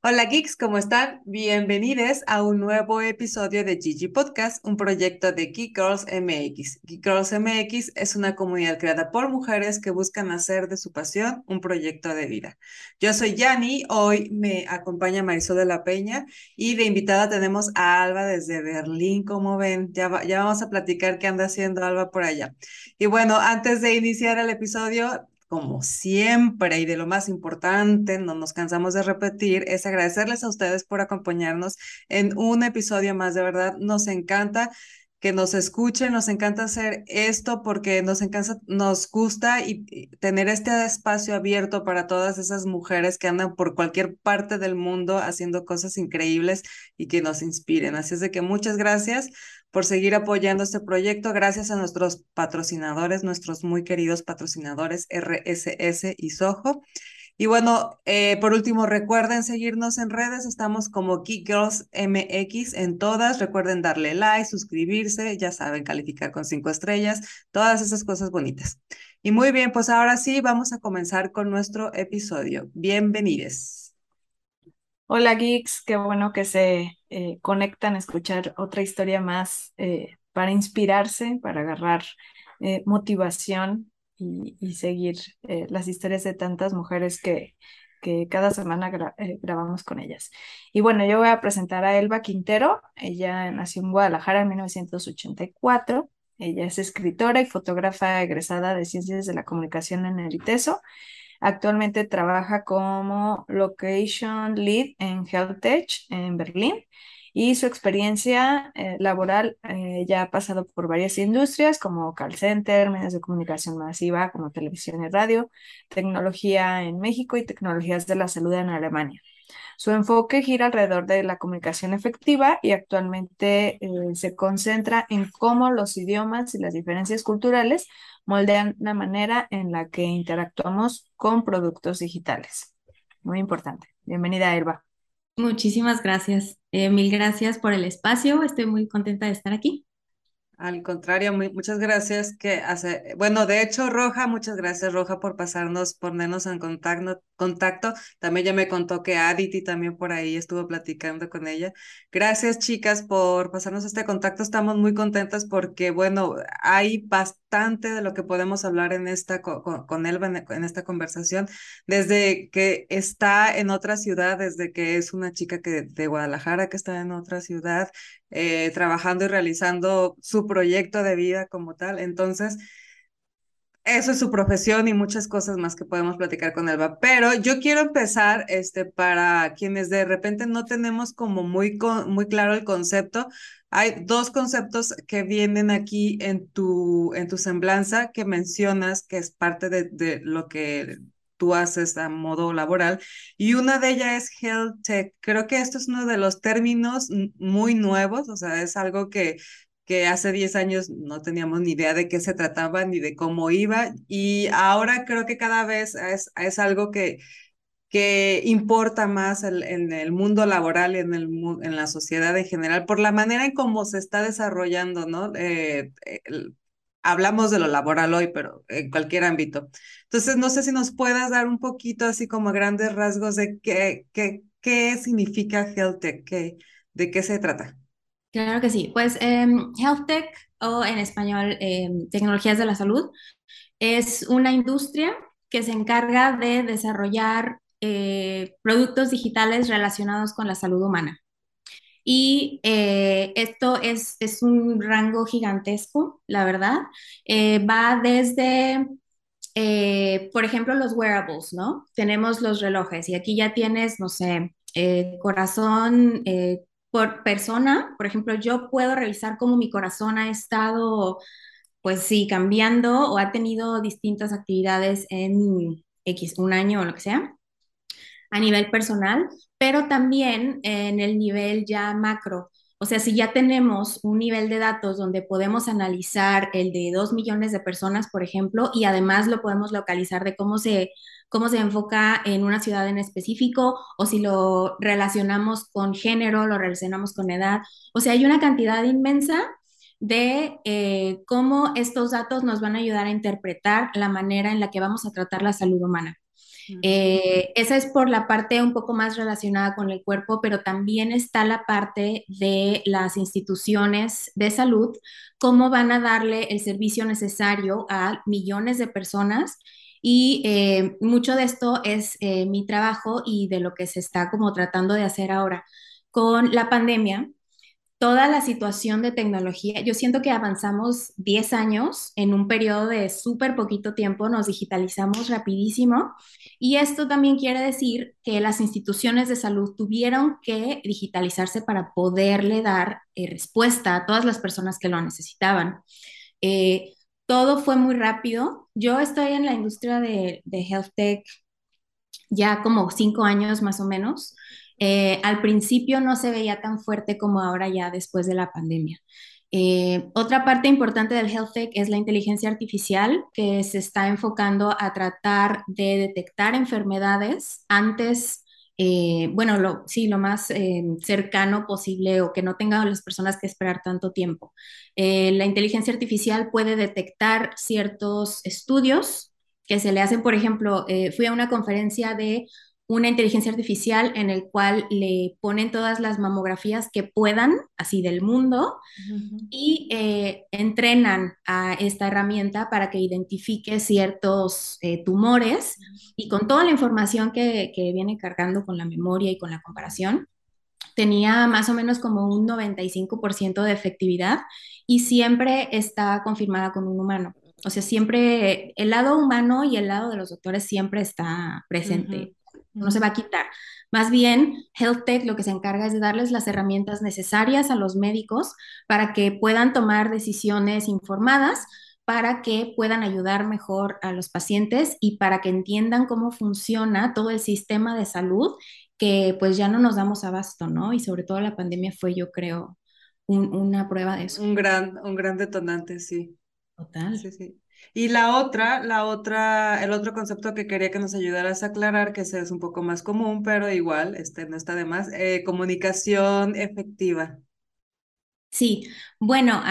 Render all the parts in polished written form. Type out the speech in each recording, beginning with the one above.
Hola geeks, ¿cómo están? Bienvenidos a un nuevo episodio de Gigi Podcast, un proyecto de Geek Girls MX. Geek Girls MX es una comunidad creada por mujeres que buscan hacer de su pasión un proyecto de vida. Yo soy Yani, hoy me acompaña Marisol de la Peña y de invitada tenemos a Alba desde Berlín, como ven, ya vamos a platicar qué anda haciendo Alba por allá. Y bueno, antes de iniciar el episodio, como siempre y de lo más importante, no nos cansamos de repetir, es agradecerles a ustedes por acompañarnos en un episodio más. De verdad, nos encanta que nos escuchen, nos encanta hacer esto porque nos encanta, nos gusta y tener este espacio abierto para todas esas mujeres que andan por cualquier parte del mundo haciendo cosas increíbles y que nos inspiren. Así es de que muchas gracias por seguir apoyando este proyecto. Gracias a nuestros patrocinadores, nuestros muy queridos patrocinadores RSS y Soho. Y bueno, por último, recuerden seguirnos en redes. Estamos como Geek Girls MX en todas. Recuerden darle like, suscribirse, ya saben, calificar con 5 estrellas, todas esas cosas bonitas. Y muy bien, pues ahora sí, vamos a comenzar con nuestro episodio. Bienvenidos. Hola geeks, qué bueno que se conectan a escuchar otra historia más para inspirarse, para agarrar motivación y seguir las historias de tantas mujeres que cada semana grabamos con ellas. Y bueno, yo voy a presentar a Elba Quintero. Ella nació en Guadalajara en 1984. Ella es escritora y fotógrafa egresada de Ciencias de la Comunicación en el ITESO. Actualmente trabaja como Location Lead en HealthTech en Berlín y su experiencia laboral ya ha pasado por varias industrias como call center, medios de comunicación masiva como televisión y radio, tecnología en México y tecnologías de la salud en Alemania. Su enfoque gira alrededor de la comunicación efectiva y actualmente se concentra en cómo los idiomas y las diferencias culturales moldean la manera en la que interactuamos con productos digitales. Muy importante. Bienvenida, Elba. Muchísimas gracias. Mil gracias por el espacio. Estoy muy contenta de estar aquí. Al contrario, muchas gracias bueno, de hecho, Roja, muchas gracias, Roja, por ponernos en contacto. También ya me contó que Aditi también por ahí estuvo platicando con ella. Gracias, chicas, por pasarnos este contacto. Estamos muy contentas porque, bueno, hay bastante de lo que podemos hablar en con Elba en esta conversación, desde que está en otra ciudad, desde que es una chica de Guadalajara que está en otra ciudad trabajando y realizando su proyecto de vida como tal. Entonces, eso es su profesión y muchas cosas más que podemos platicar con Elba. Pero yo quiero empezar, para quienes de repente no tenemos como muy claro el concepto. Hay dos conceptos que vienen aquí en tu semblanza que mencionas que es parte de lo que tú haces a modo laboral, y una de ellas es Health Tech. Creo que esto es uno de los términos muy nuevos, o sea, es algo que hace 10 años no teníamos ni idea de qué se trataba ni de cómo iba, y ahora creo que cada vez es algo que importa más en el mundo laboral y en la sociedad en general, por la manera en cómo se está desarrollando, ¿no? Hablamos de lo laboral hoy, pero en cualquier ámbito. Entonces, no sé si nos puedas dar un poquito así como a grandes rasgos de qué significa Health Tech, de qué se trata. Claro que sí. Pues Health Tech o en español tecnologías de la salud es una industria que se encarga de desarrollar productos digitales relacionados con la salud humana. Y esto es un rango gigantesco, la verdad. Va desde por ejemplo, los wearables, ¿no? Tenemos los relojes y aquí ya tienes, no sé, corazón por persona. Por ejemplo, yo puedo revisar cómo mi corazón ha estado, pues sí, cambiando o ha tenido distintas actividades en X, un año o lo que sea, a nivel personal, pero también en el nivel ya macro. O sea, si ya tenemos un nivel de datos donde podemos analizar el de 2 millones de personas, por ejemplo, y además lo podemos localizar de cómo se enfoca en una ciudad en específico, o si lo relacionamos con género, lo relacionamos con edad. O sea, hay una cantidad inmensa de cómo estos datos nos van a ayudar a interpretar la manera en la que vamos a tratar la salud humana. Esa es por la parte un poco más relacionada con el cuerpo, pero también está la parte de las instituciones de salud, cómo van a darle el servicio necesario a millones de personas. Y mucho de esto es mi trabajo y de lo que se está como tratando de hacer ahora. Con la pandemia, toda la situación de tecnología, yo siento que avanzamos 10 años en un periodo de súper poquito tiempo, nos digitalizamos rapidísimo y esto también quiere decir que las instituciones de salud tuvieron que digitalizarse para poderle dar respuesta a todas las personas que lo necesitaban. Eh, Todo fue muy rápido. Yo estoy en la industria de health tech ya como 5 años más o menos. Al principio no se veía tan fuerte como ahora ya después de la pandemia. Otra parte importante del health tech es la inteligencia artificial, que se está enfocando a tratar de detectar enfermedades antes, bueno, sí, lo más cercano posible o que no tengan las personas que esperar tanto tiempo. La inteligencia artificial puede detectar ciertos estudios que se le hacen, por ejemplo, fui a una conferencia de una inteligencia artificial en el cual le ponen todas las mamografías que puedan, así del mundo, y entrenan a esta herramienta para que identifique ciertos tumores y con toda la información que viene cargando con la memoria y con la comparación, tenía más o menos como un 95% de efectividad y siempre está confirmada con un humano. O sea, siempre el lado humano y el lado de los doctores siempre está presente, no se va a quitar. Más bien, Health Tech lo que se encarga es de darles las herramientas necesarias a los médicos para que puedan tomar decisiones informadas, para que puedan ayudar mejor a los pacientes y para que entiendan cómo funciona todo el sistema de salud que pues ya no nos damos abasto, ¿no? Y sobre todo la pandemia fue, yo creo, una prueba de eso. Un gran detonante, sí. Total. Sí, sí. Y el otro concepto que quería que nos ayudaras a aclarar, que ese es un poco más común, pero igual, este no está de más, comunicación efectiva. Sí, bueno,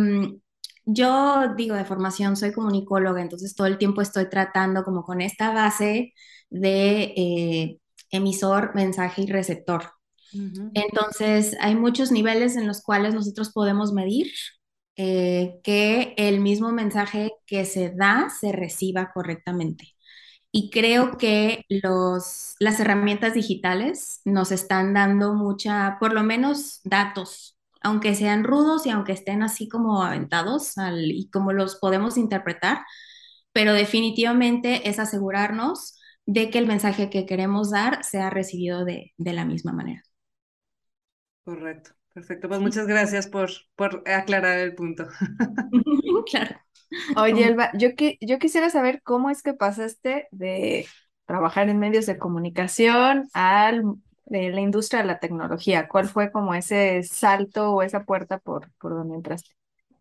yo digo de formación soy comunicóloga, entonces todo el tiempo estoy tratando como con esta base de emisor, mensaje y receptor. Ujú. Entonces, hay muchos niveles en los cuales nosotros podemos medir que el mismo mensaje que se da se reciba correctamente. Y creo que las herramientas digitales nos están dando mucha, por lo menos datos, aunque sean rudos y aunque estén así como aventados y como los podemos interpretar, pero definitivamente es asegurarnos de que el mensaje que queremos dar sea recibido de la misma manera. Correcto, perfecto. Pues Sí, muchas gracias por aclarar el punto. claro. Oye, Elba, yo quisiera saber cómo es que pasaste de trabajar en medios de comunicación de la industria de la tecnología. ¿Cuál fue como ese salto o esa puerta por donde entraste?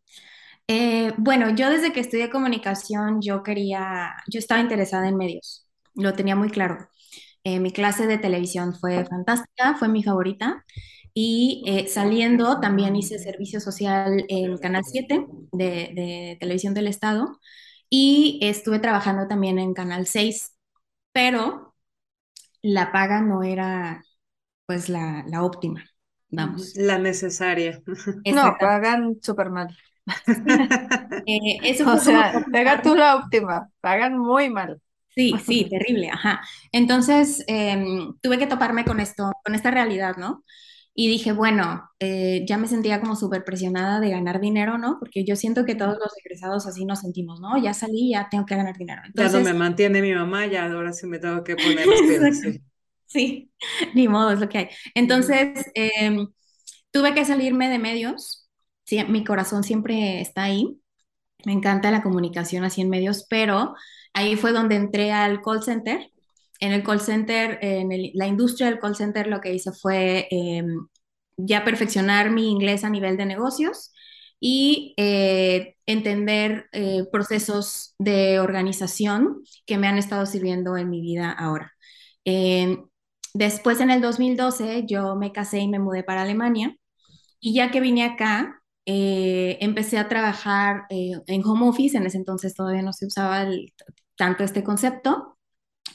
Bueno, yo desde que estudié comunicación, yo estaba interesada en medios, lo tenía muy claro. Mi clase de televisión fue fantástica, fue mi favorita. Y saliendo también hice servicio social en Canal 7 de Televisión del Estado y estuve trabajando también en Canal 6, pero la paga no era pues la óptima, Ujú. vamos. La necesaria. No, Exactamente. pagan súper mal. Sí, eso O fue como sea, deja tú la óptima, pagan muy mal. sí, sí, terrible, ajá. Entonces, tuve que toparme con esto, con esta realidad, ¿no? Y dije, bueno, ya me sentía como súper presionada de ganar dinero, ¿no? Porque yo siento que todos los egresados así nos sentimos, ¿no? Ya salí, ya tengo que ganar dinero. Ya no me Entonces, mantiene mi mamá, ya ahora sí me tengo que poner las pilas, exacto, sí. sí, ni modo, es lo que hay. Ujú. Entonces, tuve que salirme de medios, sí, mi corazón siempre está ahí, me encanta la comunicación así en medios, pero ahí fue donde entré al call center. En el call center, la industria del call center, lo que hice fue ya perfeccionar mi inglés a nivel de negocios y entender procesos de organización que me han estado sirviendo en mi vida ahora. Eh, Después, en el 2012, yo me casé y me mudé para Alemania y ya que vine acá, empecé a trabajar en home office. En ese entonces todavía no se usaba tanto este concepto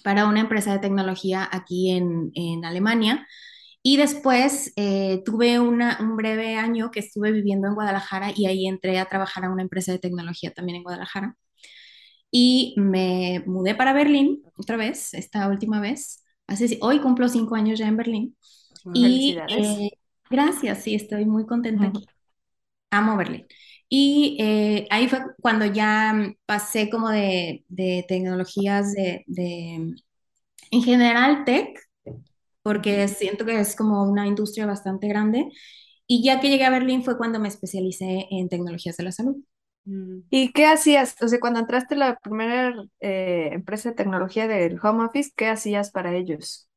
para una empresa de tecnología aquí en Alemania. Y después tuve un breve año que estuve viviendo en Guadalajara y ahí entré a trabajar a una empresa de tecnología también en Guadalajara. Y me mudé para Berlín otra vez, esta última vez. Hoy cumplo 5 años ya en Berlín. Y Felicidades. gracias, sí, estoy muy contenta aquí. Amo Berlín. Y ahí fue cuando ya pasé como de tecnologías en general, tech, porque siento que es como una industria bastante grande. Y ya que llegué a Berlín fue cuando me especialicé en tecnologías de la salud. Mm. ¿Y qué hacías? O sea, cuando entraste a la primera empresa de tecnología del home office, ¿qué hacías para ellos?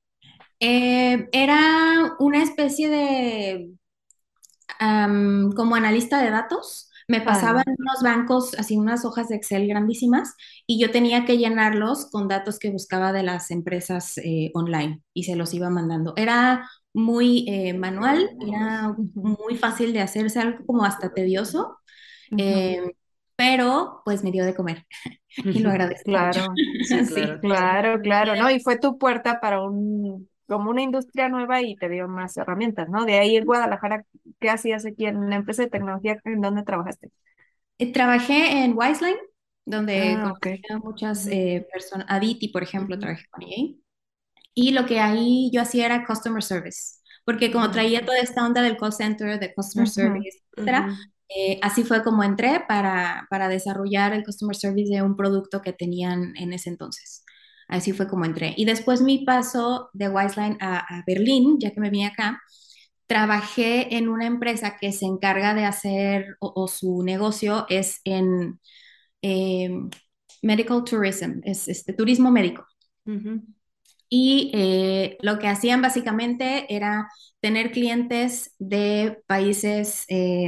Era una especie de como analista de datos. Me Ah, pasaban ya. unos bancos, así unas hojas de Excel grandísimas, y yo tenía que llenarlos con datos que buscaba de las empresas online y se los iba mandando. Era muy manual, era Ujú, muy fácil de hacerse, algo como hasta tedioso, ujú. eh, pero pues me dio de comer y lo agradezco mucho. Claro, Sí, Sí. claro. claro, claro, ¿no? Y fue tu puerta para como una industria nueva y te dio más herramientas, ¿no? De ahí en Guadalajara, ¿qué hacías aquí en la empresa de tecnología? ¿En dónde trabajaste? Trabajé en Wiseline, donde Ah, ok. conocí a muchas Ujú, personas. Aditi, por ejemplo, ujú, trabajé con ella. Y lo que ahí yo hacía era customer service, porque como ujú, traía toda esta onda del call center, de customer Ujú, service, etcétera, ujú. así fue como entré para desarrollar el customer service de un producto que tenían en ese entonces. Así fue como entré. Y después mi paso de Wiseline a Berlín, ya que me vine acá, trabajé en una empresa que se encarga de hacer, o su negocio es en eh, medical tourism, es este turismo médico. Ujú. Y lo que hacían básicamente era tener clientes de países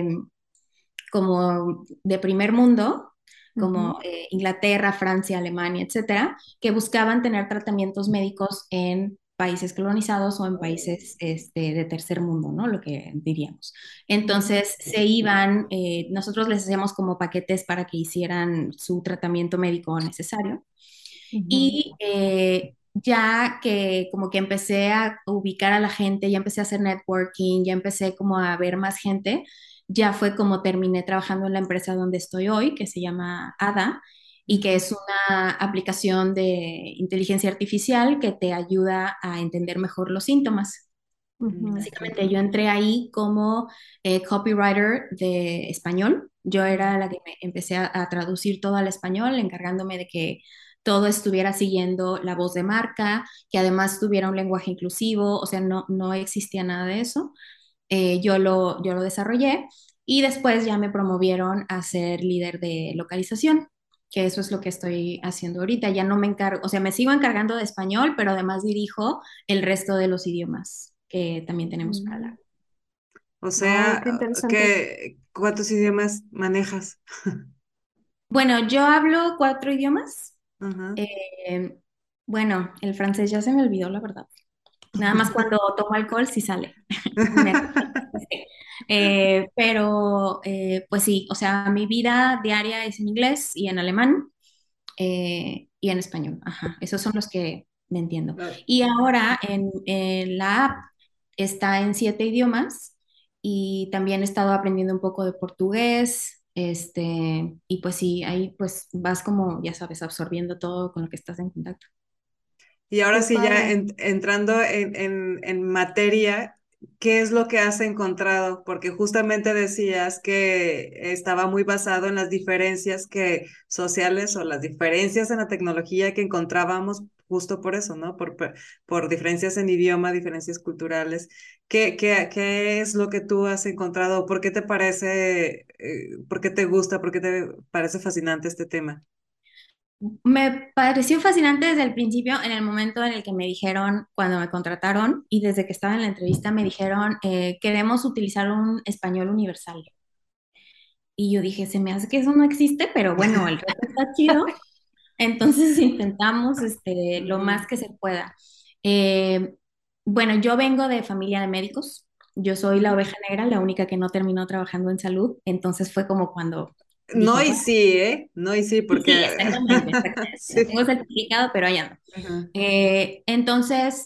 como de primer mundo, como ujú, Inglaterra, Francia, Alemania, etcétera, que buscaban tener tratamientos médicos en países colonizados o en países de tercer mundo, ¿no? Lo que diríamos. ujú, Entonces se iban, nosotros les hacíamos como paquetes para que hicieran su tratamiento médico necesario. ujú, Y ya que como que empecé a ubicar a la gente, ya empecé a hacer networking, ya empecé como a ver más gente, ya fue como terminé trabajando en la empresa donde estoy hoy, que se llama ADA, y que Ujú, es una aplicación de inteligencia artificial que te ayuda a entender mejor los síntomas. ujú, ok. Básicamente yo entré ahí como copywriter de español. Yo Ujú, era la que me empecé a traducir todo al español, encargándome de que todo estuviera siguiendo la voz de marca, que además tuviera un lenguaje inclusivo, o sea, no existía nada de eso. Yo lo desarrollé y después ya me promovieron a ser líder de localización, que eso es lo que estoy haciendo ahorita. Ya no me encargo, o sea, me sigo encargando de español, pero además dirijo el resto de los idiomas que también tenemos para ujú. hablar. O Oh, qué sea, interesante. ¿cuántos idiomas manejas? Bueno, yo hablo 4 idiomas. Ajá. Eh, bueno, el francés ya se me olvidó, la verdad. Nada más cuando tomo alcohol sí sale. Me acuerdo. Sí. Pero, pues sí, o sea, mi vida diaria es en inglés y en alemán y en español. Ajá, esos son los que me entiendo. Y ahora en la app está en 7 idiomas y también he estado aprendiendo un poco de portugués. Y pues sí, ahí pues vas como, ya sabes, absorbiendo todo con lo que estás en contacto. Y ahora Qué sí, ya padre. entrando en materia, ¿qué es lo que has encontrado? Porque justamente decías que estaba muy basado en las diferencias sociales o las diferencias en la tecnología que encontrábamos justo por eso, ¿no? Por diferencias en idioma, diferencias culturales. ¿Qué es lo que tú has encontrado? ¿Por qué te parece, por qué te gusta, por qué te parece fascinante este tema? Me pareció fascinante desde el principio, en el momento en el que me dijeron, cuando me contrataron y desde que estaba en la entrevista, me dijeron, queremos utilizar un español universal. Y yo dije, se me hace que eso no existe, pero bueno, el reto está chido. Entonces intentamos lo Ujú, más que se pueda. Eh, bueno, yo vengo de familia de médicos. Yo soy la ujú. oveja negra, la única que no terminó trabajando en salud. Entonces fue como cuando No dije, y bueno, sí, ¿eh? No y sí, sí, porque exactamente, exactamente. Ya sí. tengo certificado, pero allá no. Ajá. Entonces,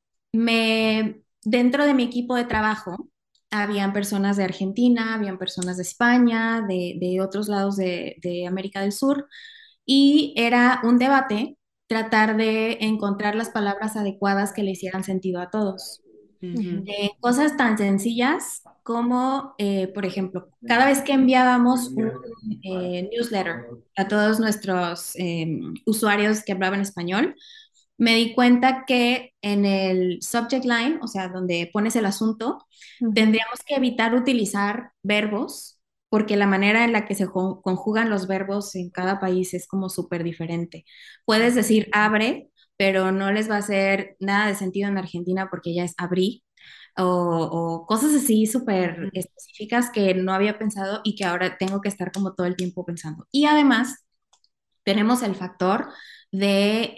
dentro de mi equipo de trabajo, habían personas de Argentina, habían personas de España, de otros lados de América del Sur, y era un debate tratar de encontrar las palabras adecuadas que le hicieran sentido a todos. Ujú, Cosas tan sencillas como, por ejemplo, cada vez que enviábamos un newsletter a todos nuestros usuarios que hablaban español, me di cuenta que en el subject line, o sea, donde pones el asunto, tendríamos que evitar utilizar verbos porque la manera en la que se conjugan los verbos en cada país es como súper diferente. Puedes decir abre, pero no les va a hacer nada de sentido en Argentina porque ya es abrí, o cosas así súper ujú, específicas que no había pensado y que ahora tengo que estar como todo el tiempo pensando. Y además tenemos el factor de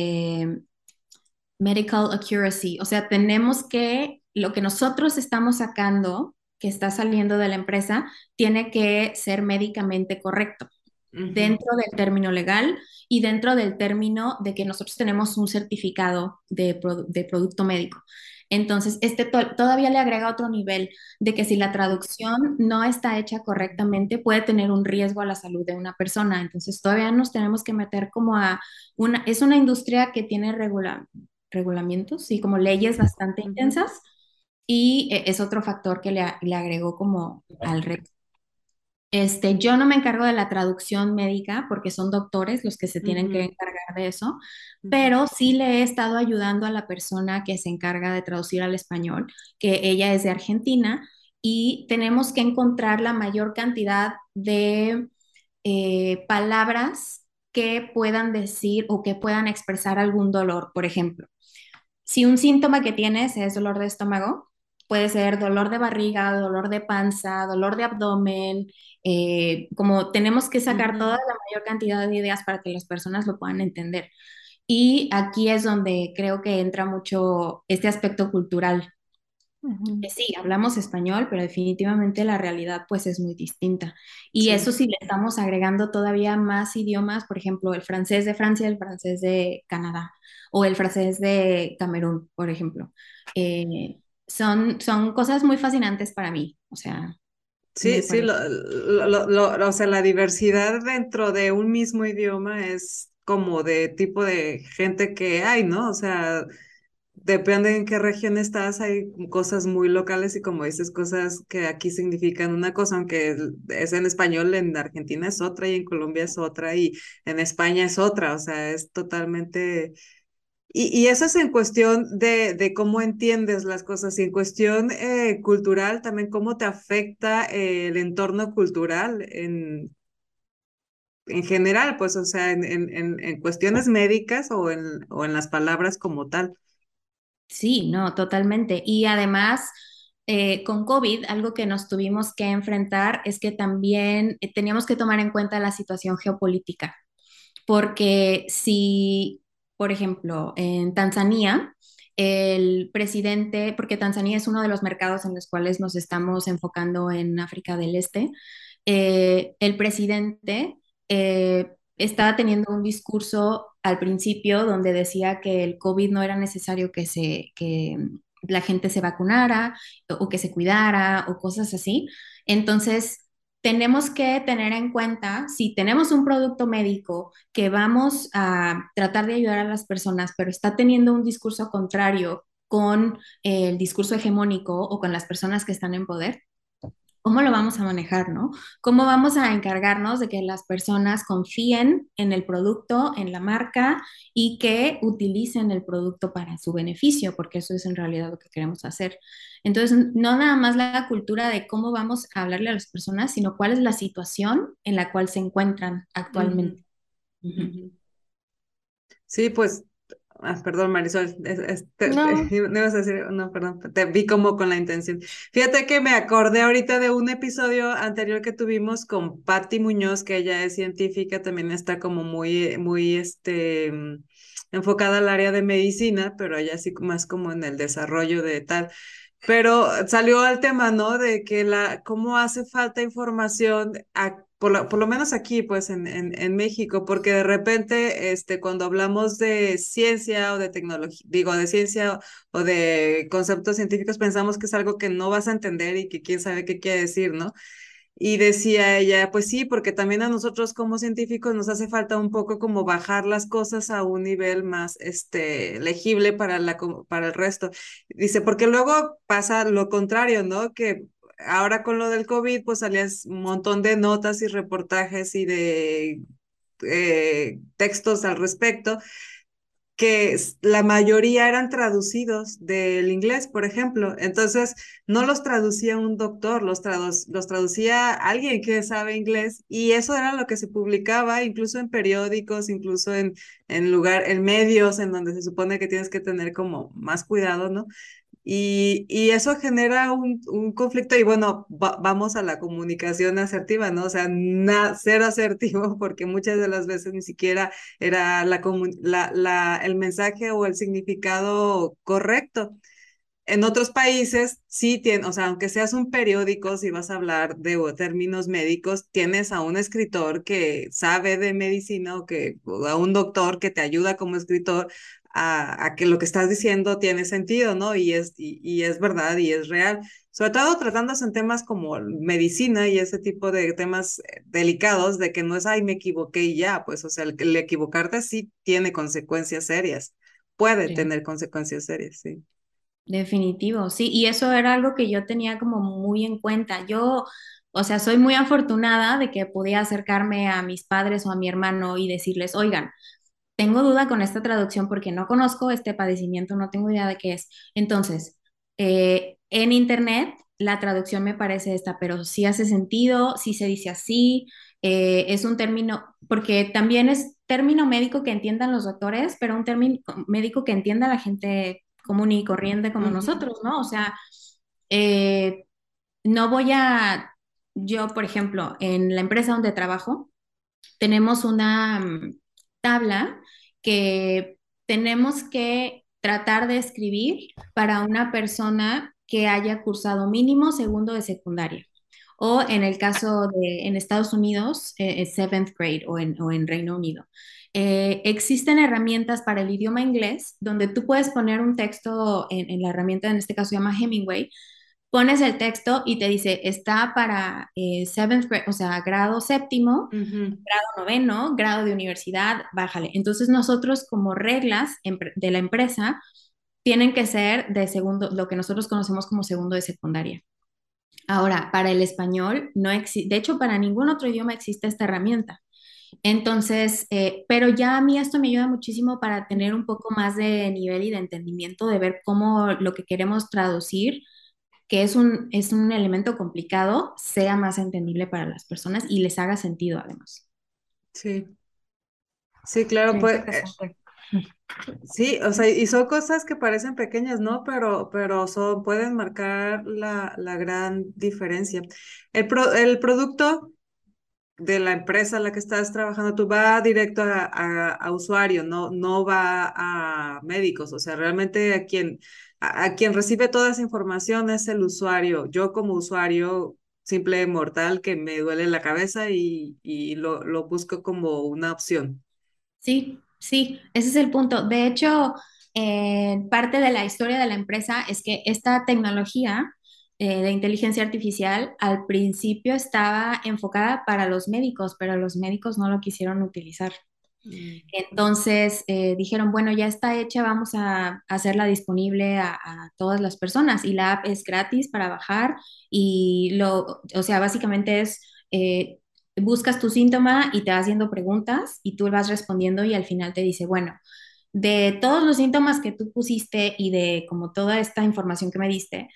medical accuracy, o sea, tenemos que lo que nosotros estamos sacando, que está saliendo de la empresa, tiene que ser médicamente correcto ujú, dentro del término legal y dentro del término de que nosotros tenemos un certificado de producto médico. Entonces, todavía le agrega otro nivel de que si la traducción no está hecha correctamente, puede tener un riesgo a la salud de una persona. Entonces, todavía nos tenemos que meter como a es una industria que tiene regulamientos y como leyes bastante ujú, intensas y es otro factor que le agregó como al reto. Yo no me encargo de la traducción médica porque son doctores los que se tienen que ujú, encargar de eso, ujú, pero sí le he estado ayudando a la persona que se encarga de traducir al español, que ella es de Argentina, y tenemos que encontrar la mayor cantidad de palabras que puedan decir o que puedan expresar algún dolor. Por ejemplo, si un síntoma que tienes es dolor de estómago, puede ser dolor de barriga, dolor de panza, dolor de abdomen, como tenemos que sacar toda ujú. la mayor cantidad de ideas para que las personas lo puedan entender. Y aquí es donde creo que entra mucho este aspecto cultural. Ujú. Sí, hablamos español, pero definitivamente la realidad pues es muy distinta. Y eso Sí. sí le estamos agregando todavía más idiomas, por ejemplo, el francés de Francia, el francés de Canadá o el francés de Camerún, por ejemplo. Son cosas muy fascinantes para mí, o sea, Sí, me sí, parece. o sea, la diversidad dentro de un mismo idioma es como de tipo de gente que hay, ¿no? O sea, depende en qué región estás, hay cosas muy locales y como dices, cosas que aquí significan una cosa, aunque es en español, en Argentina es otra y en Colombia es otra y en España es otra, o sea, es totalmente. Y eso es en cuestión de cómo entiendes las cosas y en cuestión cultural también, cómo te afecta el entorno cultural en general, pues, o sea, en cuestiones médicas o en las palabras como tal. Sí, no, totalmente. Y además, con COVID, algo que nos tuvimos que enfrentar es que también teníamos que tomar en cuenta la situación geopolítica. Porque si, por ejemplo, en Tanzania, el presidente, porque Tanzania es uno de los mercados en los cuales nos estamos enfocando en África del Este, el presidente estaba teniendo un discurso al principio donde decía que el COVID no era necesario que la gente se vacunara o que se cuidara o cosas así. Entonces, tenemos que tener en cuenta, si tenemos un producto médico que vamos a tratar de ayudar a las personas, pero está teniendo un discurso contrario con el discurso hegemónico o con las personas que están en poder, ¿cómo lo vamos a manejar, no? ¿Cómo vamos a encargarnos de que las personas confíen en el producto, en la marca y que utilicen el producto para su beneficio? Porque eso es en realidad lo que queremos hacer. Entonces, no nada más la cultura de cómo vamos a hablarle a las personas, sino cuál es la situación en la cual se encuentran Ujú, actualmente. Ujú. ujú. Sí, pues, perdón, Marisol, No, no ibas a decir, no, perdón, te vi como con la intención. Fíjate que me acordé ahorita de un episodio anterior que tuvimos con Patti Muñoz, que ella es científica, también está como muy, enfocada al área de medicina, pero ella sí más como en el desarrollo de tal. Pero salió el tema, ¿no? De que cómo hace falta información, por lo menos aquí, pues en México, porque de repente, cuando hablamos de ciencia o de tecnología, digo, de ciencia o de conceptos científicos, pensamos que es algo que no vas a entender y que quién sabe qué quiere decir, ¿no? Y decía ella, pues sí, porque también a nosotros como científicos nos hace falta un poco como bajar las cosas a un nivel más legible para el resto. Dice, porque luego pasa lo contrario, ¿no? Que ahora con lo del COVID, pues salías un montón de notas y reportajes y de textos al respecto que la mayoría eran traducidos del inglés, por ejemplo. Entonces, no los traducía un doctor, los traducía alguien que sabe inglés y eso era lo que se publicaba incluso en periódicos, incluso en medios en donde se supone que tienes que tener como más cuidado, ¿no? Y eso genera un conflicto y bueno, vamos a la comunicación asertiva, ¿no? O sea, ser asertivo porque muchas de las veces ni siquiera era el mensaje o el significado correcto. En otros países sí tienen, o sea, aunque seas un periódico, si vas a hablar de términos médicos, tienes a un escritor que sabe de medicina o a un doctor que te ayuda como escritor a que lo que estás diciendo tiene sentido, ¿no? Y es verdad y es real. Sobre todo tratándose en temas como medicina y ese tipo de temas delicados de que no es, ay, me equivoqué y ya, pues, o sea, el equivocarte sí tiene consecuencias serias, puede Sí. tener consecuencias serias, sí. Definitivo, sí, y eso era algo que yo tenía como muy en cuenta. Yo, o sea, soy muy afortunada de que podía acercarme a mis padres o a mi hermano y decirles, oigan, tengo duda con esta traducción porque no conozco este padecimiento, no tengo idea de qué es. Entonces, en internet la traducción me parece esta, pero sí hace sentido, sí se dice así, es un término, porque también es término médico que entiendan los doctores, pero un término médico que entienda la gente común y corriente como Ujú. nosotros, ¿no? O sea, eh, no voy a, yo, por ejemplo, en la empresa donde trabajo, tenemos una tabla que tenemos que tratar de escribir para una persona que haya cursado mínimo segundo de secundaria. O en el caso de en Estados Unidos, seventh grade o en Reino Unido. Existen herramientas para el idioma inglés donde tú puedes poner un texto en la herramienta, en este caso se llama Hemingway, pones el texto y te dice, está para seventh grade, o sea, grado séptimo, Ujú. grado noveno, grado de universidad, bájale. Entonces nosotros como reglas de la empresa tienen que ser de segundo, lo que nosotros conocemos como segundo de secundaria. Ahora, para el español no existe, de hecho para ningún otro idioma existe esta herramienta. Entonces, pero ya a mí esto me ayuda muchísimo para tener un poco más de nivel y de entendimiento de ver cómo lo que queremos traducir, que es un elemento complicado, sea más entendible para las personas y les haga sentido además. Sí, sí, claro, Qué pues interesante. sí, o sea, y son cosas que parecen pequeñas, ¿no? Pero pueden marcar la gran diferencia. El producto de la empresa en la que estás trabajando, tú va directo a usuario, no va a médicos, o sea, realmente a quien recibe toda esa información es el usuario. Yo como usuario simple mortal que me duele la cabeza y lo busco como una opción. Sí, sí, ese es el punto. De hecho, parte de la historia de la empresa es que esta tecnología de inteligencia artificial al principio estaba enfocada para los médicos, pero los médicos no lo quisieron utilizar. Mm. Entonces dijeron, bueno, ya está hecha, vamos a hacerla disponible a todas las personas y la app es gratis para bajar y o sea, básicamente es, buscas tu síntoma y te va haciendo preguntas y tú vas respondiendo y al final te dice, bueno, de todos los síntomas que tú pusiste y de como toda esta información que me diste,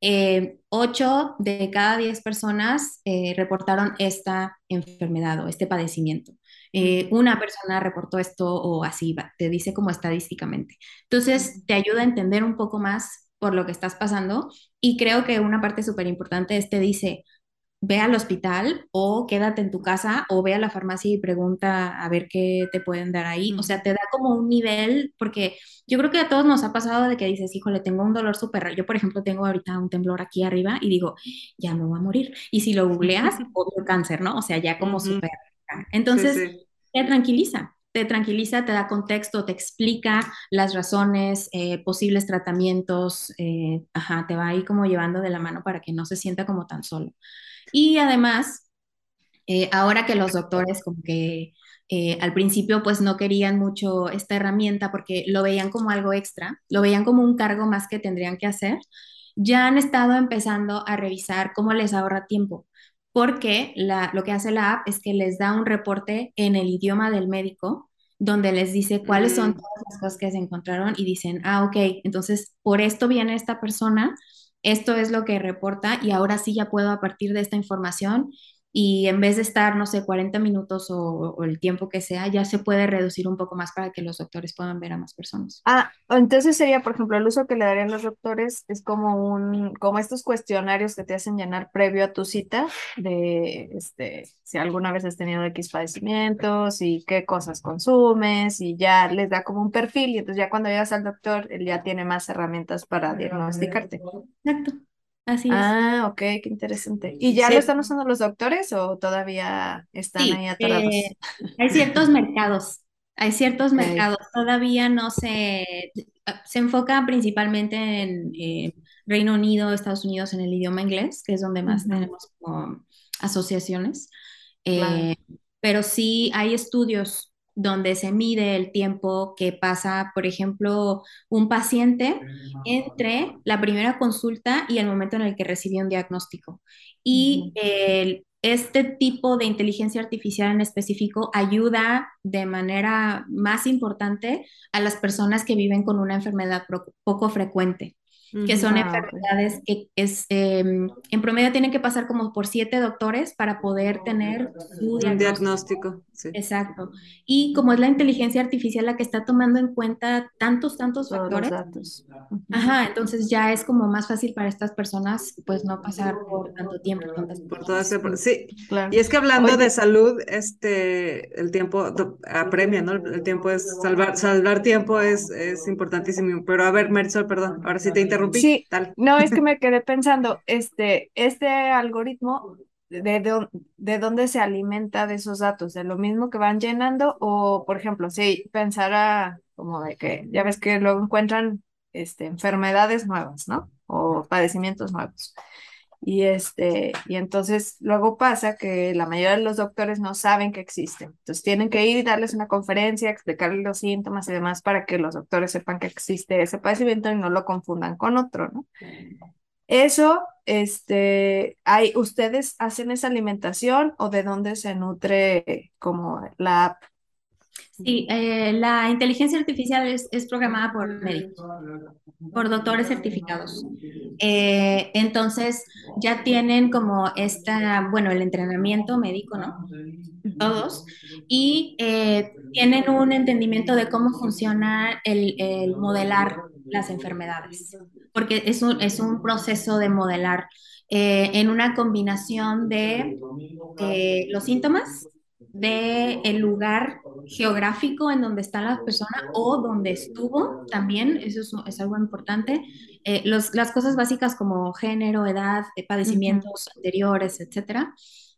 8 de cada 10 personas reportaron esta enfermedad o este padecimiento. Ujú. Una persona reportó esto o así, te dice como estadísticamente. Entonces, te ayuda a entender un poco más por lo que estás pasando y creo que una parte súper importante es te dice, ve al hospital o quédate en tu casa o ve a la farmacia y pregunta a ver qué te pueden dar ahí. O sea, te da como un nivel, porque yo creo que a todos nos ha pasado de que dices, híjole, tengo un dolor súper raro. Yo, por ejemplo, tengo ahorita un temblor aquí arriba y digo, ya me voy a morir. Y si lo googleas, obvio cáncer, ¿no? O sea, ya como Ujú. súper. Sí, Entonces, sí. te tranquiliza, te da contexto, te explica las razones, posibles tratamientos, ajá, te va ahí como llevando de la mano para que no se sienta como tan solo. Y además, ahora que los doctores como que al principio pues no querían mucho esta herramienta porque lo veían como algo extra, lo veían como un cargo más que tendrían que hacer, ya han estado empezando a revisar cómo les ahorra tiempo, porque lo que hace la app es que les da un reporte en el idioma del médico donde les dice cuáles son Mm. todas las cosas que se encontraron y dicen, ah, ok, entonces por esto viene esta persona, esto es lo que reporta y ahora sí ya puedo a partir de esta información y en vez de estar, no sé, 40 minutos o el tiempo que sea, ya se puede reducir un poco más para que los doctores puedan ver a más personas. Ah, entonces sería, por ejemplo, el uso que le darían los doctores es como estos cuestionarios que te hacen llenar previo a tu cita de, si alguna vez has tenido X padecimientos y qué cosas consumes y ya les da como un perfil y entonces ya cuando llegas al doctor, él ya tiene más herramientas para diagnosticarte. Exacto, así es. Ah, ok, qué interesante. ¿Y ya lo Sí, están usando los doctores o todavía están ahí Sí, atorados? hay ciertos Ok. mercados, todavía no se enfoca principalmente en Reino Unido, Estados Unidos en el idioma inglés, que es donde más Ujú, tenemos como asociaciones. claro. Eh, pero sí hay estudios donde se mide el tiempo que pasa, por ejemplo, un paciente entre la primera consulta y el momento en el que recibió un diagnóstico. Y Ujú. este tipo de inteligencia artificial en específico ayuda de manera más importante a las personas que viven con una enfermedad poco frecuente, que ujú. son Ah, ok. enfermedades que en promedio tienen que pasar como por 7 doctores para poder tener su Un diagnóstico. diagnóstico, sí. Exacto. Y como es la inteligencia artificial la que está tomando en cuenta tantos Todos los factores, datos. Ujú. ajá, entonces ya es como más fácil para estas personas pues no pasar por tanto tiempo, tantas Por todo consultas. sí. Claro. Y es que hablando de Oye, salud, el tiempo apremia, ¿no? El tiempo es salvar tiempo es importantísimo. Pero a ver, Marisol, perdón, ahora sí te interrumpí. sí, Dale. no es que me quedé pensando, este algoritmo, ¿de dónde se alimenta de esos datos? ¿De lo mismo que van llenando? O, por ejemplo, si pensara como de que, ya ves que luego encuentran enfermedades nuevas, ¿no? O padecimientos nuevos. Y entonces luego pasa que la mayoría de los doctores no saben que existen. Entonces tienen que ir y darles una conferencia, explicarles los síntomas y demás para que los doctores sepan que existe ese padecimiento y no lo confundan con otro, ¿no? Eso, ¿ustedes hacen esa alimentación o de dónde se nutre como la app? Sí, la inteligencia artificial es programada por médicos, por doctores certificados. Entonces ya tienen como bueno, el entrenamiento médico, ¿no? Todos, y tienen un entendimiento de cómo funciona el modelar las enfermedades, porque es un proceso de modelar en una combinación de los síntomas, de el lugar geográfico en donde está la persona o donde estuvo también, eso es algo importante. Las cosas básicas como género, edad, Ujú. padecimientos anteriores, etcétera.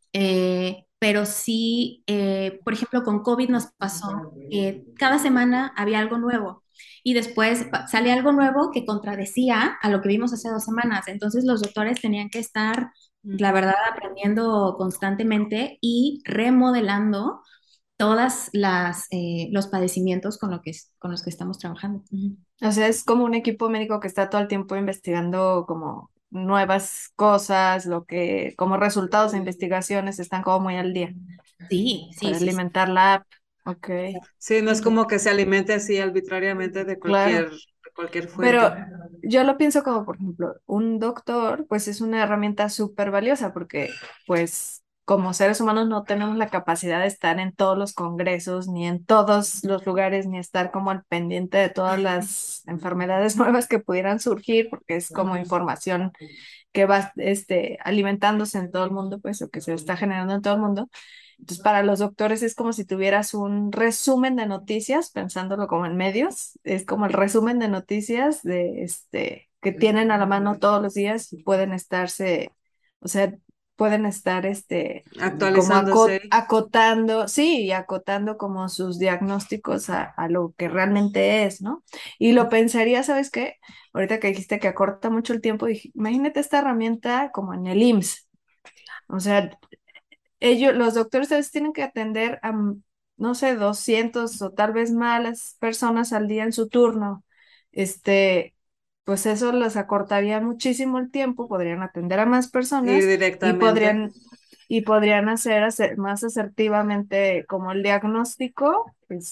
Pero sí, por ejemplo, con COVID nos pasó que cada semana había algo nuevo y después salía algo nuevo que contradecía a lo que vimos hace 2 semanas. Entonces los doctores tenían que estar, la Ujú. verdad, aprendiendo constantemente y remodelando todas los padecimientos con los que estamos trabajando. Ujú. O sea, es como un equipo médico que está todo el tiempo investigando como nuevas cosas, como resultados de investigaciones están como muy al día Sí, sí, para sí, sí. alimentar la app. Ok, Sí, no es Ujú. como que se alimente así arbitrariamente claro. de cualquier Pero fuente. yo lo pienso como, por ejemplo, un doctor, pues es una herramienta súper valiosa porque, pues, como seres humanos no tenemos la capacidad de estar en todos los congresos, ni en todos los lugares, ni estar como al pendiente de todas las enfermedades nuevas que pudieran surgir, porque es como información que va alimentándose en todo el mundo, pues, o que se está generando en todo el mundo. Entonces, para los doctores es como si tuvieras un resumen de noticias, pensándolo como en medios, es como el resumen de noticias que tienen a la mano todos los días y pueden estarse, o sea, pueden estar como Actualizándose. acotando, sí, y acotando como sus diagnósticos a lo que realmente es, ¿no? Y lo pensaría, ¿sabes qué? Ahorita que dijiste que acorta mucho el tiempo, dije, imagínate esta herramienta como en el IMSS. O sea, los doctores a veces tienen que atender a, no sé, 200 o tal vez más las personas al día en su turno. Este, pues eso les acortaría muchísimo el tiempo, podrían atender a más Ir personas y directamente. podrían hacer más asertivamente como el diagnóstico,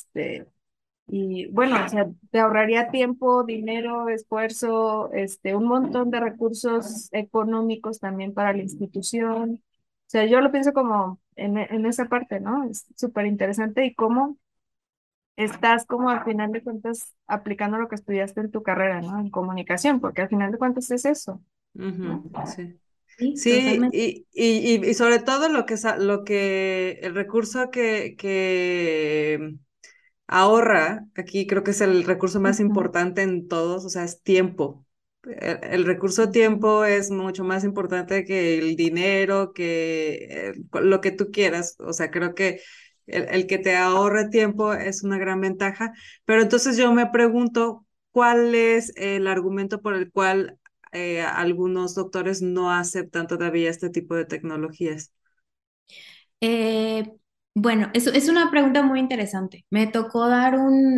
y bueno, o sea, te ahorraría tiempo, dinero, esfuerzo, un montón de recursos económicos también para la institución. O sea, yo lo pienso como en esa parte, ¿no? Es súper interesante y cómo estás como al final de cuentas aplicando lo que estudiaste en tu carrera, ¿no? En comunicación, porque al final de cuentas es eso, ¿no? Sí. Sí, Sí, totalmente. y sobre todo el recurso que ahorra, aquí creo que es el recurso más Ujú, importante en todos, o sea, es tiempo. El recurso tiempo es mucho más importante que el dinero, que lo que tú quieras. O sea, creo que el que te ahorre tiempo es una gran ventaja. Pero entonces yo me pregunto, ¿cuál es el argumento por el cual algunos doctores no aceptan todavía este tipo de tecnologías? Eh, bueno, es una pregunta muy interesante. Me tocó dar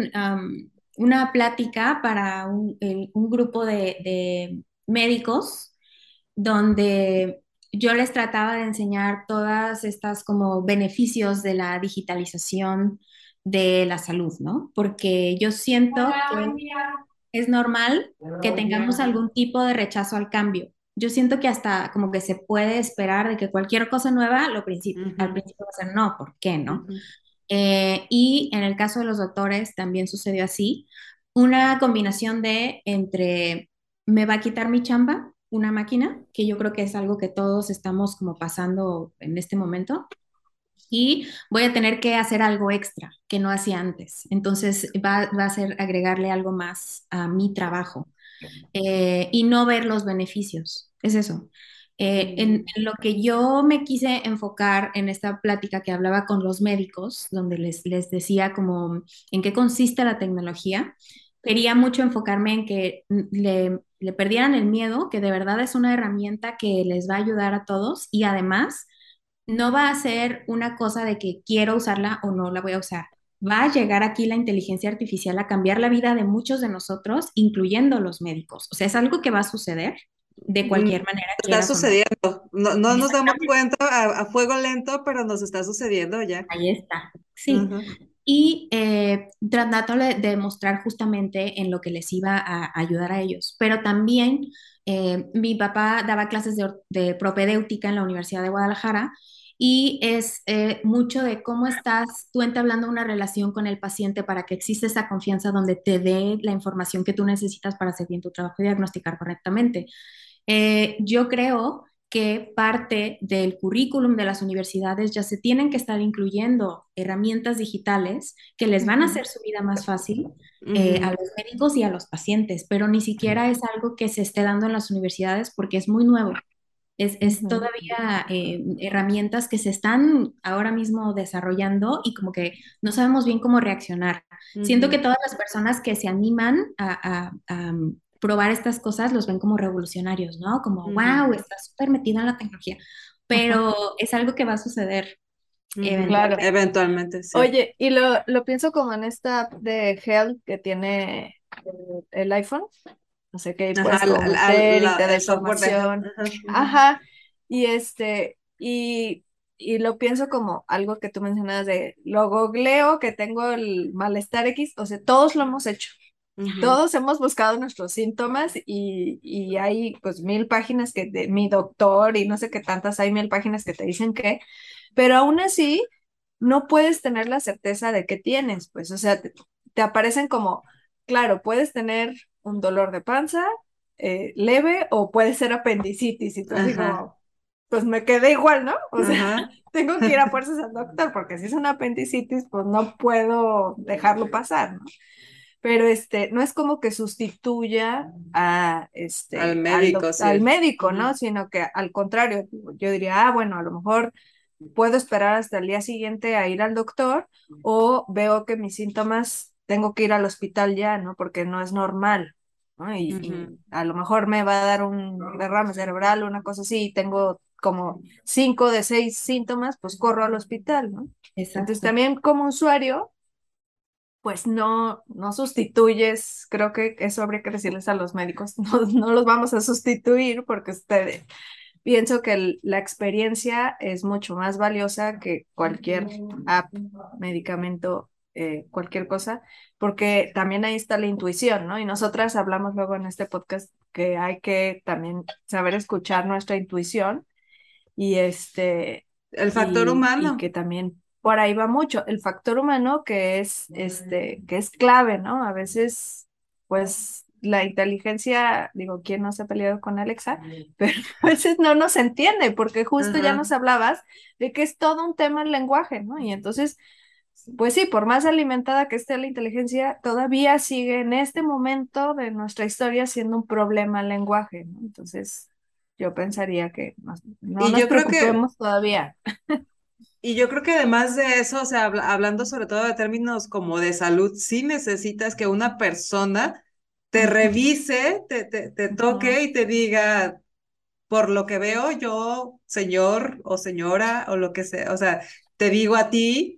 una plática para un grupo de médicos donde yo les trataba de enseñar todas estas como beneficios de la digitalización de la salud, ¿no? Porque yo siento que es normal que tengamos algún tipo de rechazo al cambio. Yo siento que hasta como que se puede esperar de que cualquier cosa nueva al Ujú, principio va a ser no, ¿por qué no? ujú. Y en el caso de los doctores también sucedió así, una combinación de entre me va a quitar mi chamba, una máquina, que yo creo que es algo que todos estamos como pasando en este momento, y voy a tener que hacer algo extra que no hacía antes. Entonces va a ser agregarle algo más a mi trabajo y no ver los beneficios. Es eso. En lo que yo me quise enfocar en esta plática que hablaba con los médicos, donde les decía como en qué consiste la tecnología, quería mucho enfocarme en que le perdieran el miedo, que de verdad es una herramienta que les va a ayudar a todos y además no va a ser una cosa de que quiero usarla o no la voy a usar. Va a llegar aquí la inteligencia artificial a cambiar la vida de muchos de nosotros, incluyendo los médicos. O sea, es algo que va a suceder de Mm, cualquier manera, Está quieras o no. sucediendo. No, no nos damos Exactamente. cuenta a fuego lento, pero nos está sucediendo ya. Ahí está. Sí. Ujú, Y tratando de mostrar justamente en lo que les iba a ayudar a ellos. Pero también mi papá daba clases de propedéutica en la Universidad de Guadalajara y es mucho de cómo estás tú entablando una relación con el paciente para que exista esa confianza donde te dé la información que tú necesitas para hacer bien tu trabajo y diagnosticar correctamente. Yo creo que parte del currículum de las universidades ya se tienen que estar incluyendo herramientas digitales que les van a ujú, hacer su vida más fácil a ujú, los médicos y a los pacientes, pero ni siquiera es algo que se esté dando en las universidades porque es muy nuevo. Es ujú, todavía herramientas que se están ahora mismo desarrollando y como que no sabemos bien cómo reaccionar. Siento que ujú, todas las personas que se animan probar estas cosas los ven como revolucionarios, ¿no? Como, ujú, wow, está súper metido en la tecnología, ujú. pero es algo que va a suceder ujú. Claro. eventualmente. Eventualmente, sí. Oye, y lo pienso como en esta app de Health que tiene el iPhone. No sé qué, puedes Ajá, como meter y te da el software de Health. información. Ajá, ujú. Ajá. Y y lo pienso como algo que tú mencionabas de lo googleo, que tengo el malestar X, o sea, todos lo hemos hecho. Ujú, Todos hemos buscado nuestros síntomas y hay pues 1000 páginas que de mi doctor y no sé qué tantas, hay 1000 páginas que te dicen que. pero aún así no puedes tener la certeza de que tienes, pues, o sea, te aparecen como, claro, puedes tener un dolor de panza leve o puede ser apendicitis y tú así Ajá, como, pues me quedé igual, ¿no? O sea, ajá. tengo que ir a fuerzas al doctor porque si es una apendicitis, pues no puedo dejarlo pasar, ¿no? Pero no es como que sustituya a Al médico, al sí. médico, ¿no? Ujú, Sino que al contrario, yo diría, bueno, a lo mejor puedo esperar hasta el día siguiente a ir al doctor o veo que mis síntomas tengo que ir al hospital ya, ¿no? Porque no es normal, ¿no? Y ujú. a lo mejor me va a dar un derrame cerebral o una cosa así y tengo como 5 de 6 síntomas, pues corro al hospital, ¿no? Entonces Exacto. también como usuario pues no sustituyes, creo que eso habría que decirles a los médicos, no los vamos a sustituir porque ustedes, pienso que la experiencia es mucho más valiosa que cualquier app, medicamento, cualquier cosa, porque también ahí está la intuición, ¿no? Y nosotras hablamos luego en este podcast que hay que también saber escuchar nuestra intuición y El factor y humano. que también por ahí va mucho el factor humano que es clave, ¿no? A veces, pues la inteligencia, digo, ¿quién no se ha peleado con Alexa? Pero a veces no nos entiende, porque justo ya Ajá. nos hablabas de que es todo un tema el lenguaje, ¿no? Y entonces, pues sí, por más alimentada que esté la inteligencia, todavía sigue en este momento de nuestra historia siendo un problema el lenguaje, ¿no? Entonces, yo pensaría que no Y nos yo creo que, preocupemos todavía. y yo creo que además de eso, o sea, hablando sobre todo de términos como de salud, sí necesitas que una persona te Ujú, revise, te ujú. toque y te diga, por lo que veo yo, señor o señora o lo que sea, o sea, te digo a ti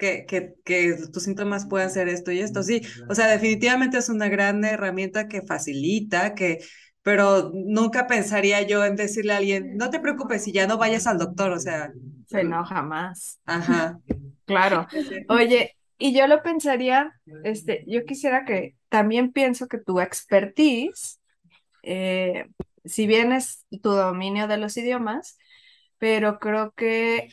que tus síntomas pueden ser esto y esto, sí, o sea, definitivamente es una gran herramienta que facilita, pero nunca pensaría yo en decirle a alguien, no te preocupes si ya no vayas al doctor, o sea, Se enoja más. ajá, Claro. sí, Oye, y yo lo pensaría, yo quisiera que también pienso que tu expertise, eh, si bien es tu dominio de los idiomas, pero creo que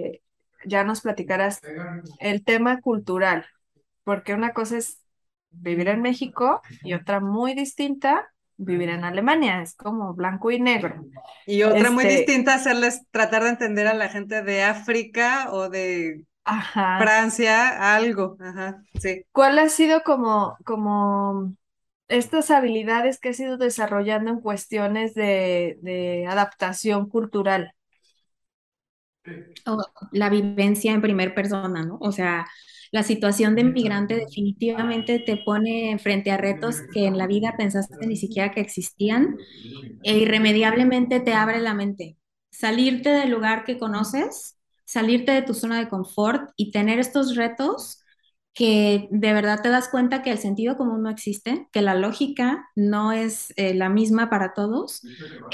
ya nos platicarás el tema cultural, porque una cosa es vivir en México y otra muy distinta, vivir en Alemania, es como blanco y negro. y otra muy Este, distinta, hacerles, tratar de entender a la gente de África o de ajá, Francia, algo, ajá, sí. ¿cuál ha sido como estas habilidades que has ido desarrollando en cuestiones de adaptación cultural? O la vivencia en primera persona, ¿no? O sea, la situación de migrante definitivamente te pone frente a retos que en la vida pensaste ni siquiera que existían e irremediablemente te abre la mente. Salirte del lugar que conoces, salirte de tu zona de confort y tener estos retos que de verdad te das cuenta que el sentido común no existe, que la lógica no es la misma para todos.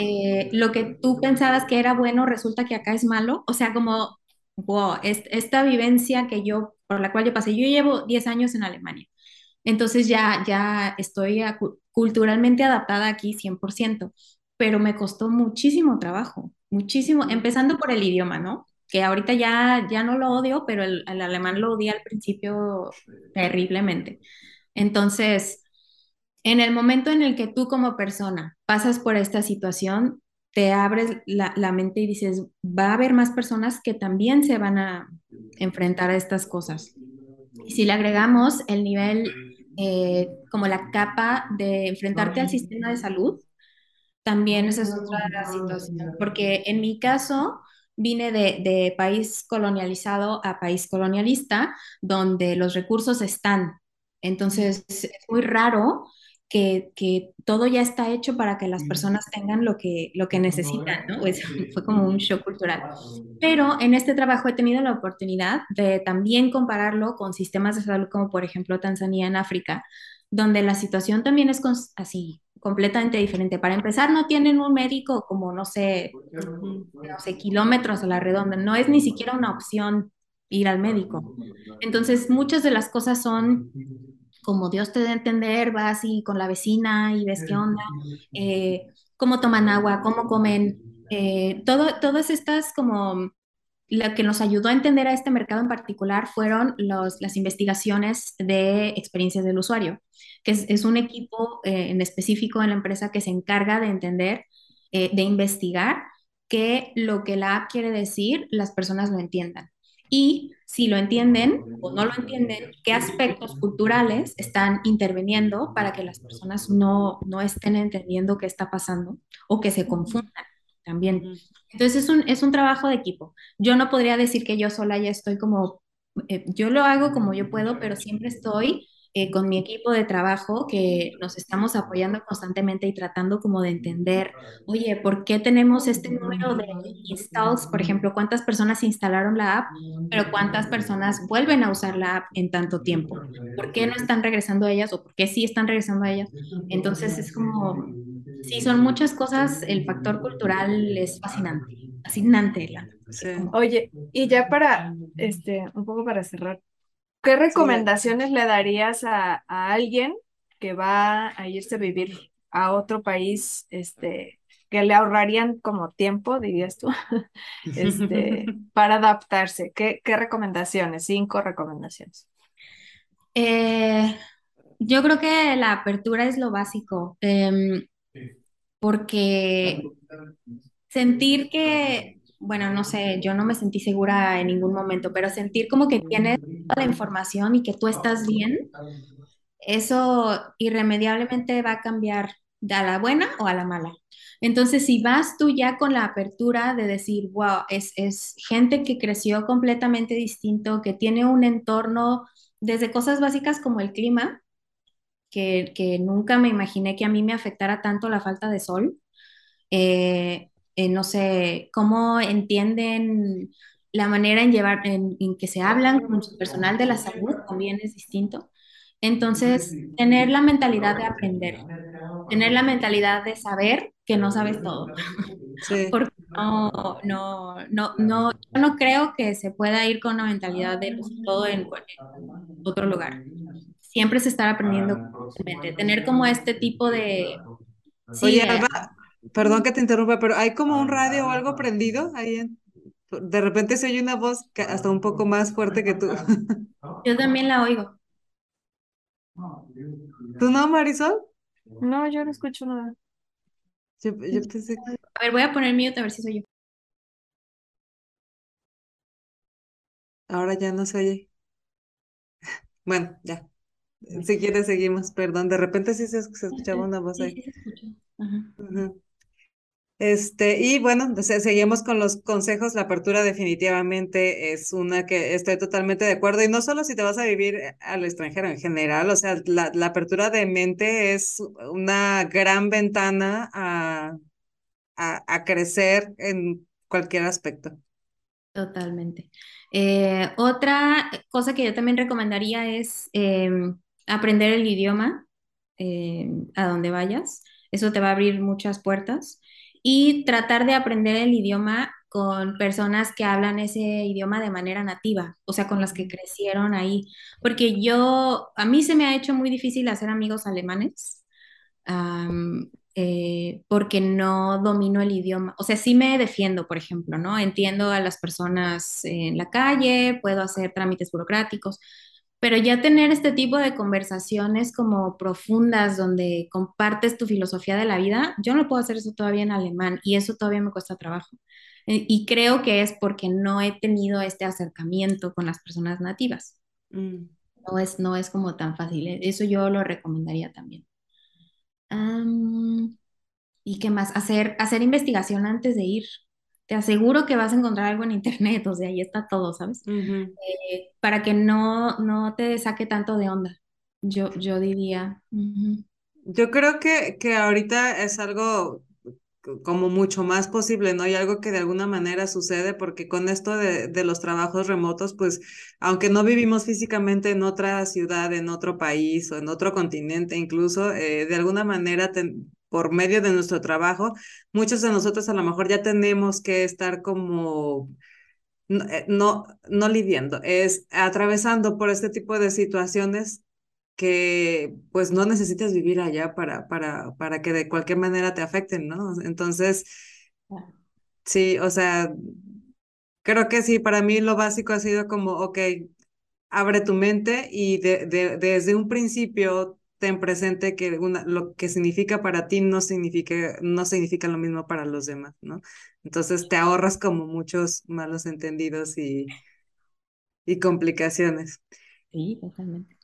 Lo que tú pensabas que era bueno resulta que acá es malo. O sea, como, wow, esta vivencia que yo, por la cual yo pasé, yo llevo 10 años en Alemania. Entonces ya estoy culturalmente adaptada aquí 100%, pero me costó muchísimo trabajo, muchísimo, empezando por el idioma, ¿no? Que ahorita ya no lo odio, pero el alemán lo odié al principio terriblemente. Entonces, en el momento en el que tú como persona pasas por esta situación, te abres la mente y dices, va a haber más personas que también se van a enfrentar a estas cosas. Y si le agregamos el nivel, como la capa de enfrentarte al sistema de salud, también esa es otra situación, porque en mi caso vine de país colonializado a país colonialista, donde los recursos están. Entonces, es muy raro que todo ya está hecho para que las personas tengan lo que necesitan, ¿no? Pues, fue como un shock cultural. Pero en este trabajo he tenido la oportunidad de también compararlo con sistemas de salud como por ejemplo Tanzania en África, donde la situación también es así, completamente diferente. Para empezar, no tienen un médico como, Ujú. no sé, kilómetros a la redonda, no es ni siquiera una opción ir al médico. Entonces, muchas de las cosas son como Dios te dé a entender, vas y con la vecina y ves qué onda, cómo toman agua, cómo comen, todas estas como lo que nos ayudó a entender a este mercado en particular fueron las investigaciones de experiencias del usuario, que es un equipo en específico en la empresa que se encarga de entender, de investigar que lo que la app quiere decir, las personas lo entiendan. Y si lo entienden o no lo entienden, qué aspectos culturales están interviniendo para que las personas no estén entendiendo qué está pasando o que se confundan también. Ujú. Entonces es un trabajo de equipo. Yo no podría decir que yo sola ya estoy como, yo lo hago como yo puedo, pero siempre estoy con mi equipo de trabajo que nos estamos apoyando constantemente y tratando como de entender, oye, ¿por qué tenemos este número de installs? Por ejemplo, ¿cuántas personas instalaron la app, pero cuántas personas vuelven a usar la app en tanto tiempo? ¿Por qué no están regresando a ellas o por qué sí están regresando a ellas? Entonces es como, sí, son muchas cosas, el factor cultural es fascinante, fascinante, Lana, porque Sí, es como, Oye, y ya para, un poco para cerrar, ¿qué sí, recomendaciones le darías a alguien que va a irse a vivir a otro país, que le ahorrarían como tiempo, dirías tú, para adaptarse? ¿Qué recomendaciones? 5 recomendaciones. eh, yo creo que la apertura es lo básico, porque sentir que, bueno, no sé, yo no me sentí segura en ningún momento, pero sentir como que tienes toda la información y que tú estás bien, eso irremediablemente va a cambiar de a la buena o a la mala. Entonces, si vas tú ya con la apertura de decir, wow, es gente que creció completamente distinto, que tiene un entorno desde cosas básicas como el clima, que nunca me imaginé que a mí me afectara tanto la falta de sol, no sé, cómo entienden la manera en que se hablan con su personal de la salud también es distinto. Entonces, tener la mentalidad de aprender, tener la mentalidad de saber que no sabes todo, sí. porque yo no creo que se pueda ir con una mentalidad de lo sé todo en otro lugar. Siempre se estar aprendiendo constantemente, tener como este tipo de, sí, Oye, de Alba, perdón que te interrumpa, pero hay como un radio o algo prendido ahí de repente se oye una voz hasta un poco más fuerte que tú. yo también la oigo. ¿Tú no, Marisol? No, yo no escucho nada. Yo pensé, A ver, voy a poner mute a ver si soy yo. ahora ya no se oye. Bueno, ya. Si quieres seguimos, perdón. De repente sí se escuchaba una voz Sí, ahí. sí se escucha. Ajá. Ujú. Y bueno, seguimos con los consejos. La apertura definitivamente es una que estoy totalmente de acuerdo. Y no solo si te vas a vivir al extranjero en general, o sea, la apertura de mente es una gran ventana a crecer en cualquier aspecto. Totalmente. Otra cosa que yo también recomendaría es aprender el idioma a donde vayas. Eso te va a abrir muchas puertas. Y tratar de aprender el idioma con personas que hablan ese idioma de manera nativa, o sea, con las que crecieron ahí. Porque a mí se me ha hecho muy difícil hacer amigos alemanes porque no domino el idioma. O sea, sí me defiendo, por ejemplo, ¿no? Entiendo a las personas en la calle, puedo hacer trámites burocráticos, pero ya tener este tipo de conversaciones como profundas donde compartes tu filosofía de la vida, yo no puedo hacer eso todavía en alemán y eso todavía me cuesta trabajo. Y creo que es porque no he tenido este acercamiento con las personas nativas. Mm. No es como tan fácil. Eso yo lo recomendaría también. Am, ¿Y qué más? Hacer investigación antes de ir. Te aseguro que vas a encontrar algo en internet, o sea, ahí está todo, ¿sabes? Ujú. Para que no te saque tanto de onda. Yo diría. Ujú. Yo creo que ahorita es algo como mucho más posible, ¿no? Y algo que de alguna manera sucede porque con esto de los trabajos remotos, pues aunque no vivimos físicamente en otra ciudad, en otro país o en otro continente, incluso de alguna manera por medio de nuestro trabajo, muchos de nosotros a lo mejor ya tenemos que estar como no lidiando, es atravesando por este tipo de situaciones que pues no necesitas vivir allá para que de cualquier manera te afecten, ¿no? Entonces, sí, o sea, Creo que sí, para mí lo básico ha sido como, ok, abre tu mente y desde un principio ten presente que lo que significa para ti no significa lo mismo para los demás, ¿no? Entonces te ahorras como muchos malos entendidos y complicaciones. Sí, totalmente.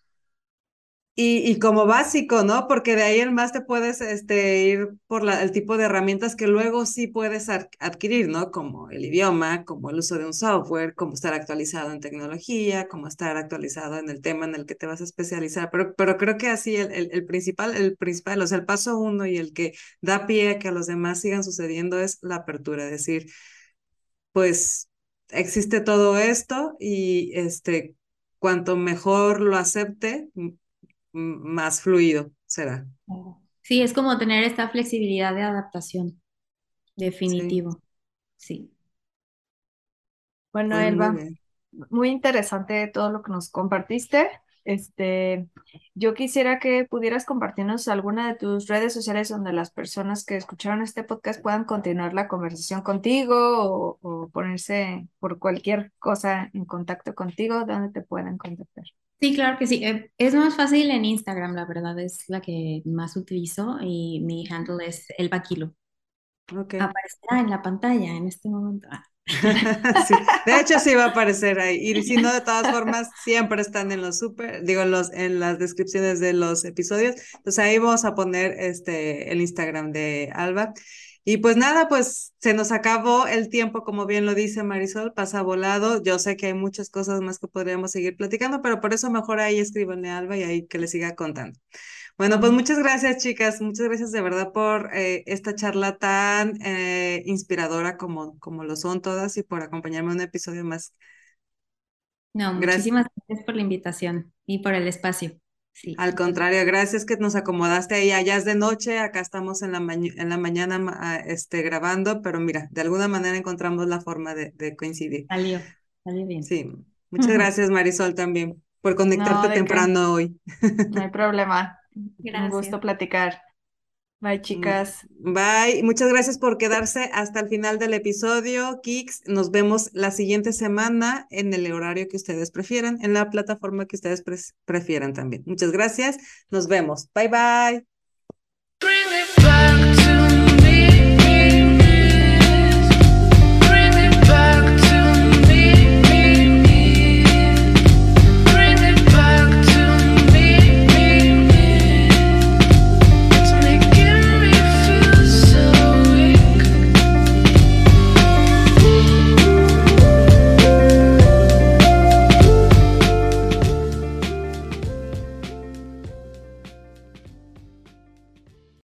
Y como básico, ¿no? Porque de ahí en más te puedes ir por el tipo de herramientas que luego sí puedes adquirir, ¿no? Como el idioma, como el uso de un software, como estar actualizado en tecnología, como estar actualizado en el tema en el que te vas a especializar. Pero creo que así el principal, o sea, el paso uno y el que da pie a que a los demás sigan sucediendo es la apertura, es decir, pues existe todo esto y cuanto mejor lo acepte, más fluido será. Claro. Sí, es como tener esta flexibilidad de adaptación, Sí, definitivo. Sí. Bueno, pues muy Elba, bien. muy interesante todo lo que nos compartiste. Yo quisiera que pudieras compartirnos alguna de tus redes sociales donde las personas que escucharon este podcast puedan continuar la conversación contigo o ponerse por cualquier cosa en contacto contigo, donde te puedan contactar. Sí, claro que sí. Es más fácil en Instagram, la verdad, es la que más utilizo y mi handle es El Kilo. Ok. Aparecerá en la pantalla en este momento. Sí, de hecho sí va a aparecer ahí. Y si no, de todas formas, siempre están en los en las descripciones de los episodios. Entonces ahí vamos a poner el Instagram de Alba. Y pues nada, pues se nos acabó el tiempo, como bien lo dice Marisol, pasa volado. Yo sé que hay muchas cosas más que podríamos seguir platicando, pero por eso mejor ahí escríbanle a Alba y ahí que le siga contando. Bueno, pues Ujú. muchas gracias, chicas. Muchas gracias de verdad por esta charla tan inspiradora como lo son todas y por acompañarme en un episodio más. No, Gracias. muchísimas gracias por la invitación y por el espacio. Sí, Al muchas gracias. contrario, gracias que nos acomodaste ahí. Allá es de noche, acá estamos en la mañana grabando, pero mira, de alguna manera encontramos la forma de coincidir. Salió, salió bien. Sí, muchas gracias, Marisol, también por conectarte No, ¿de qué? temprano hoy. No hay problema. Un Gracias. gusto platicar. Bye, chicas. Bye, muchas gracias por quedarse hasta el final del episodio, Kicks. Nos vemos la siguiente semana en el horario que ustedes prefieran, en la plataforma que ustedes prefieran también. Muchas gracias, nos vemos. Bye bye.